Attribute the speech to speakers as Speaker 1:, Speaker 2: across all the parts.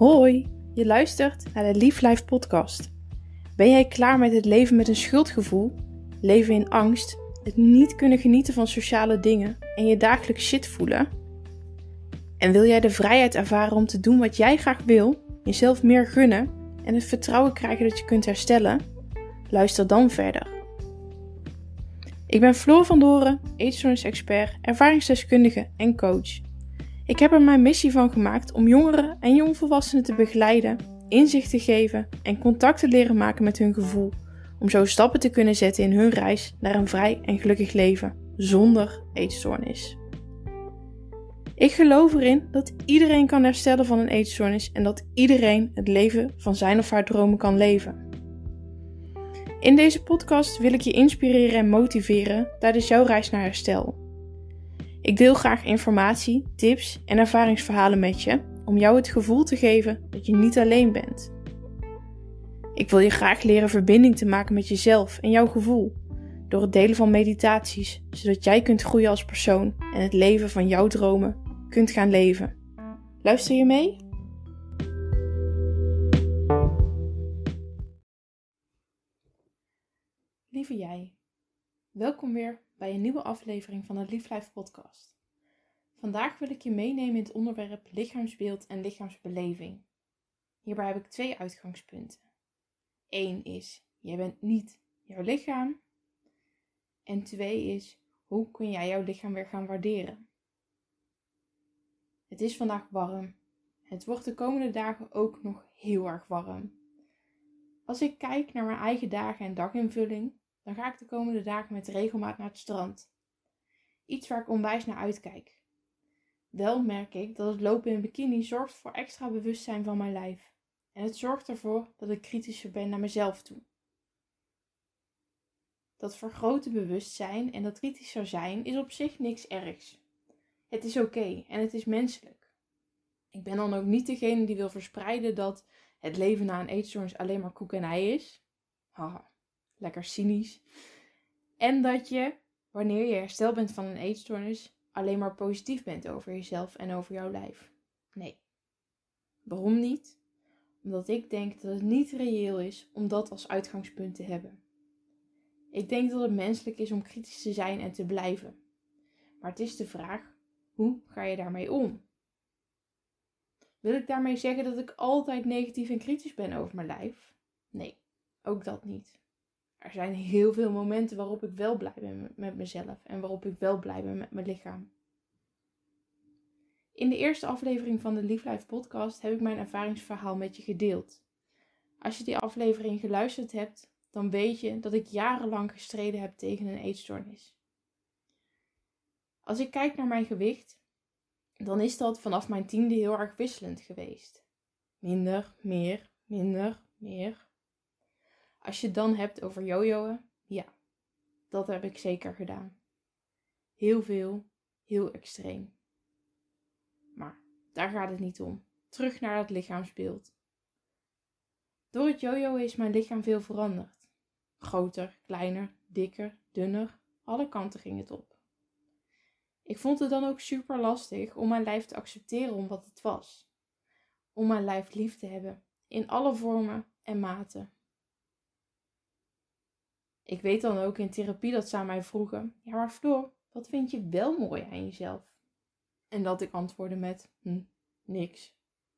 Speaker 1: Hoi, je luistert naar de Live Life podcast. Ben jij klaar met het leven met een schuldgevoel, leven in angst, het niet kunnen genieten van sociale dingen en je dagelijks shit voelen? En wil jij de vrijheid ervaren om te doen wat jij graag wil, jezelf meer gunnen en het vertrouwen krijgen dat je kunt herstellen? Luister dan verder. Ik ben Floor van Doren, eetstoornis-expert, ervaringsdeskundige en coach. Ik heb er mijn missie van gemaakt om jongeren en jongvolwassenen te begeleiden, inzicht te geven en contact te leren maken met hun gevoel, om zo stappen te kunnen zetten in hun reis naar een vrij en gelukkig leven, zonder eetstoornis. Ik geloof erin dat iedereen kan herstellen van een eetstoornis en dat iedereen het leven van zijn of haar dromen kan leven. In deze podcast wil ik je inspireren en motiveren tijdens jouw reis naar herstel. Ik deel graag informatie, tips en ervaringsverhalen met je om jou het gevoel te geven dat je niet alleen bent. Ik wil je graag leren verbinding te maken met jezelf en jouw gevoel door het delen van meditaties, zodat jij kunt groeien als persoon en het leven van jouw dromen kunt gaan leven. Luister je mee? Lieve jij, welkom weer bij een nieuwe aflevering van de Live Life podcast. Vandaag wil ik je meenemen in het onderwerp lichaamsbeeld en lichaamsbeleving. Hierbij heb ik 2 uitgangspunten. 1 is, jij bent niet jouw lichaam. En 2 is, hoe kun jij jouw lichaam weer gaan waarderen? Het is vandaag warm. Het wordt de komende dagen ook nog heel erg warm. Als ik kijk naar mijn eigen dagen en daginvulling, dan ga ik de komende dagen met regelmaat naar het strand. Iets waar ik onwijs naar uitkijk. Wel merk ik dat het lopen in een bikini zorgt voor extra bewustzijn van mijn lijf. En het zorgt ervoor dat ik kritischer ben naar mezelf toe. Dat vergrote bewustzijn en dat kritischer zijn is op zich niks ergs. Het is oké en het is menselijk. Ik ben dan ook niet degene die wil verspreiden dat het leven na een eetstoornis alleen maar koek en ei is. Haha, lekker cynisch. En dat je, wanneer je hersteld bent van een eetstoornis, alleen maar positief bent over jezelf en over jouw lijf. Nee. Waarom niet? Omdat ik denk dat het niet reëel is om dat als uitgangspunt te hebben. Ik denk dat het menselijk is om kritisch te zijn en te blijven. Maar het is de vraag, hoe ga je daarmee om? Wil ik daarmee zeggen dat ik altijd negatief en kritisch ben over mijn lijf? Nee, ook dat niet. Er zijn heel veel momenten waarop ik wel blij ben met mezelf en waarop ik wel blij ben met mijn lichaam. In de eerste aflevering van de Live Life podcast heb ik mijn ervaringsverhaal met je gedeeld. Als je die aflevering geluisterd hebt, dan weet je dat ik jarenlang gestreden heb tegen een eetstoornis. Als ik kijk naar mijn gewicht, dan is dat vanaf mijn 10e heel erg wisselend geweest. Minder, meer, minder, meer. Als je het dan hebt over jojoen, ja, dat heb ik zeker gedaan. Heel veel, heel extreem. Maar daar gaat het niet om. Terug naar het lichaamsbeeld. Door het jojoen is mijn lichaam veel veranderd. Groter, kleiner, dikker, dunner, alle kanten ging het op. Ik vond het dan ook super lastig om mijn lijf te accepteren om wat het was. Om mijn lijf lief te hebben, in alle vormen en maten. Ik weet dan ook in therapie dat ze aan mij vroegen, ja maar Floor, wat vind je wel mooi aan jezelf? En dat ik antwoordde met, niks.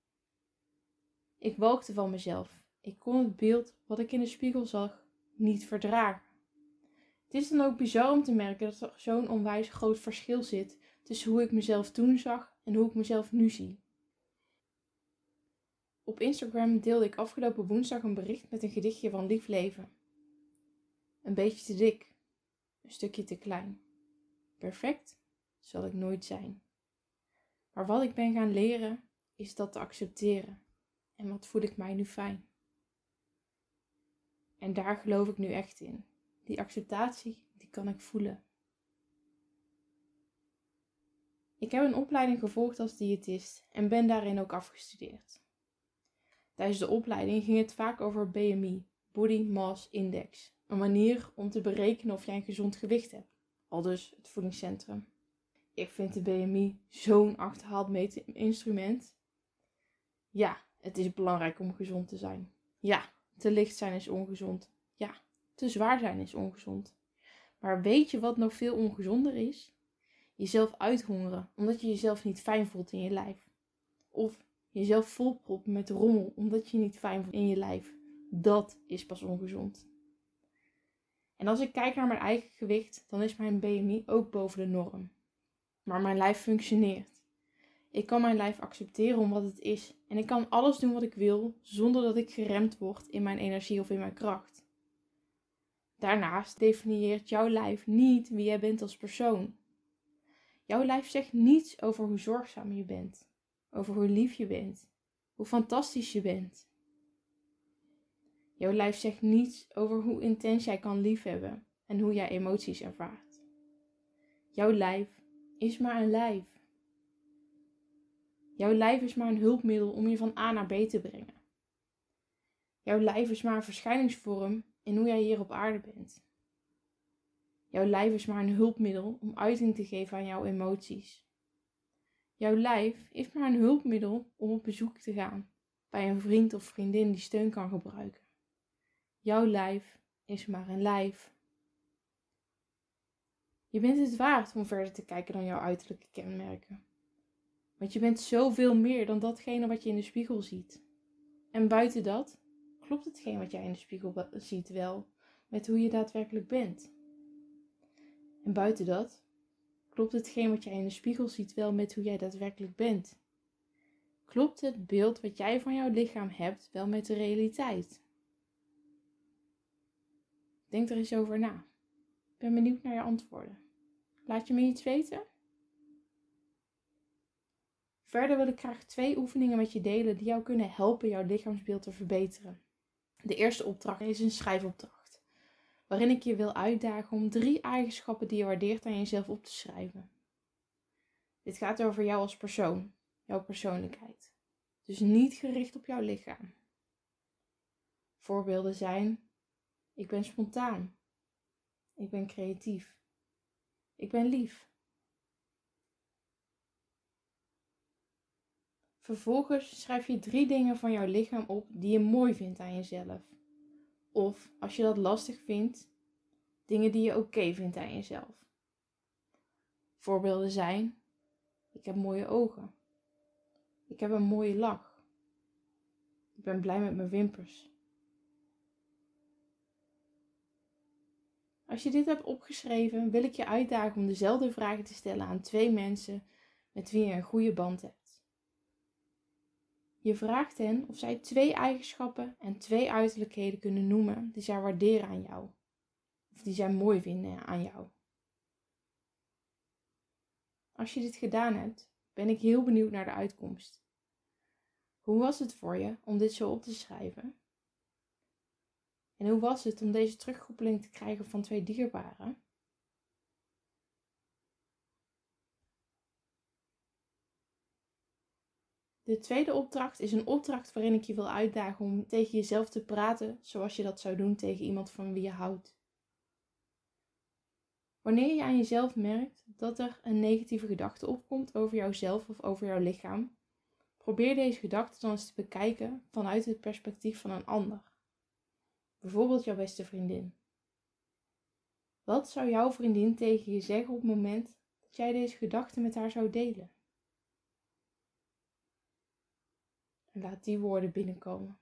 Speaker 1: Ik walgde van mezelf. Ik kon het beeld wat ik in de spiegel zag niet verdragen. Het is dan ook bizar om te merken dat er zo'n onwijs groot verschil zit tussen hoe ik mezelf toen zag en hoe ik mezelf nu zie. Op Instagram deelde ik afgelopen woensdag een bericht met een gedichtje van Lief Leven. Een beetje te dik, een stukje te klein. Perfect zal ik nooit zijn. Maar wat ik ben gaan leren is dat te accepteren. En wat voel ik mij nu fijn. En daar geloof ik nu echt in. Die acceptatie, die kan ik voelen. Ik heb een opleiding gevolgd als diëtist en ben daarin ook afgestudeerd. Tijdens de opleiding ging het vaak over BMI, Body Mass Index. Een manier om te berekenen of jij een gezond gewicht hebt. Aldus het voedingscentrum. Ik vind de BMI zo'n achterhaald meetinstrument. Ja, Het is belangrijk om gezond te zijn. Ja, te licht zijn is ongezond. Ja, te zwaar zijn is ongezond. Maar weet je wat nog veel ongezonder is? Jezelf uithongeren, omdat je jezelf niet fijn voelt in je lijf. Of jezelf volproppen met rommel, omdat je je niet fijn voelt in je lijf. Dat is pas ongezond. En als ik kijk naar mijn eigen gewicht, dan is mijn BMI ook boven de norm. Maar mijn lijf functioneert. Ik kan mijn lijf accepteren om wat het is. En ik kan alles doen wat ik wil, zonder dat ik geremd word in mijn energie of in mijn kracht. Daarnaast definieert jouw lijf niet wie jij bent als persoon. Jouw lijf zegt niets over hoe zorgzaam je bent. Over hoe lief je bent. Hoe fantastisch je bent. Jouw lijf zegt niets over hoe intens jij kan liefhebben en hoe jij emoties ervaart. Jouw lijf is maar een lijf. Jouw lijf is maar een hulpmiddel om je van A naar B te brengen. Jouw lijf is maar een verschijningsvorm in hoe jij hier op aarde bent. Jouw lijf is maar een hulpmiddel om uiting te geven aan jouw emoties. Jouw lijf is maar een hulpmiddel om op bezoek te gaan bij een vriend of vriendin die steun kan gebruiken. Jouw lijf is maar een lijf. Je bent het waard om verder te kijken dan jouw uiterlijke kenmerken. Want je bent zoveel meer dan datgene wat je in de spiegel ziet. En buiten dat klopt hetgeen wat jij in de spiegel ziet wel met hoe je daadwerkelijk bent. En buiten dat klopt hetgeen wat jij in de spiegel ziet wel met hoe jij daadwerkelijk bent. Klopt het beeld wat jij van jouw lichaam hebt wel met de realiteit? Denk er eens over na. Ik ben benieuwd naar je antwoorden. Laat je me iets weten? Verder wil ik graag 2 oefeningen met je delen die jou kunnen helpen jouw lichaamsbeeld te verbeteren. De eerste opdracht is een schrijfopdracht, waarin ik je wil uitdagen om 3 eigenschappen die je waardeert aan jezelf op te schrijven. Dit gaat over jou als persoon, jouw persoonlijkheid. Dus niet gericht op jouw lichaam. Voorbeelden zijn: ik ben spontaan. Ik ben creatief. Ik ben lief. Vervolgens schrijf je 3 dingen van jouw lichaam op die je mooi vindt aan jezelf. Of, als je dat lastig vindt, dingen die je oké vindt aan jezelf. Voorbeelden zijn: ik heb mooie ogen. Ik heb een mooie lach. Ik ben blij met mijn wimpers. Als je dit hebt opgeschreven, wil ik je uitdagen om dezelfde vragen te stellen aan 2 mensen met wie je een goede band hebt. Je vraagt hen of zij 2 eigenschappen en 2 uiterlijkheden kunnen noemen die zij waarderen aan jou. Of die zij mooi vinden aan jou. Als je dit gedaan hebt, ben ik heel benieuwd naar de uitkomst. Hoe was het voor je om dit zo op te schrijven? En hoe was het om deze terugkoppeling te krijgen van 2 dierbaren? De tweede opdracht is een opdracht waarin ik je wil uitdagen om tegen jezelf te praten zoals je dat zou doen tegen iemand van wie je houdt. Wanneer je aan jezelf merkt dat er een negatieve gedachte opkomt over jouzelf of over jouw lichaam, probeer deze gedachte dan eens te bekijken vanuit het perspectief van een ander. Bijvoorbeeld jouw beste vriendin. Wat zou jouw vriendin tegen je zeggen op het moment dat jij deze gedachte met haar zou delen? En laat die woorden binnenkomen.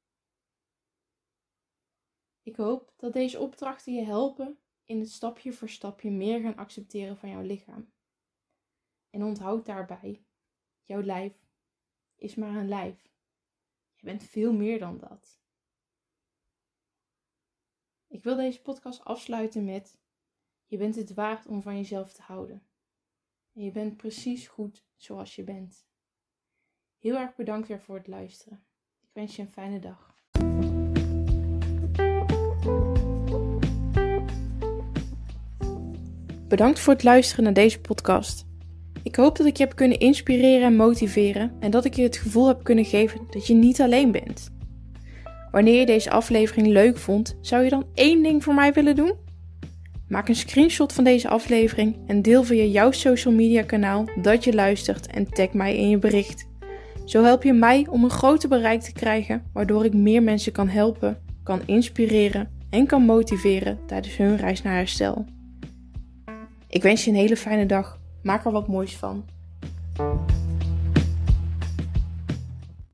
Speaker 1: Ik hoop dat deze opdrachten je helpen in het stapje voor stapje meer gaan accepteren van jouw lichaam. En onthoud daarbij, jouw lijf is maar een lijf. Je bent veel meer dan dat. Ik wil deze podcast afsluiten met: je bent het waard om van jezelf te houden. En je bent precies goed zoals je bent. Heel erg bedankt weer voor het luisteren. Ik wens je een fijne dag. Bedankt voor het luisteren naar deze podcast. Ik hoop dat ik je heb kunnen inspireren en motiveren en dat ik je het gevoel heb kunnen geven dat je niet alleen bent. Wanneer je deze aflevering leuk vond, zou je dan 1 ding voor mij willen doen? Maak een screenshot van deze aflevering en deel via jouw social media kanaal dat je luistert en tag mij in je bericht. Zo help je mij om een groter bereik te krijgen, waardoor ik meer mensen kan helpen, kan inspireren en kan motiveren tijdens hun reis naar herstel. Ik wens je een hele fijne dag. Maak er wat moois van.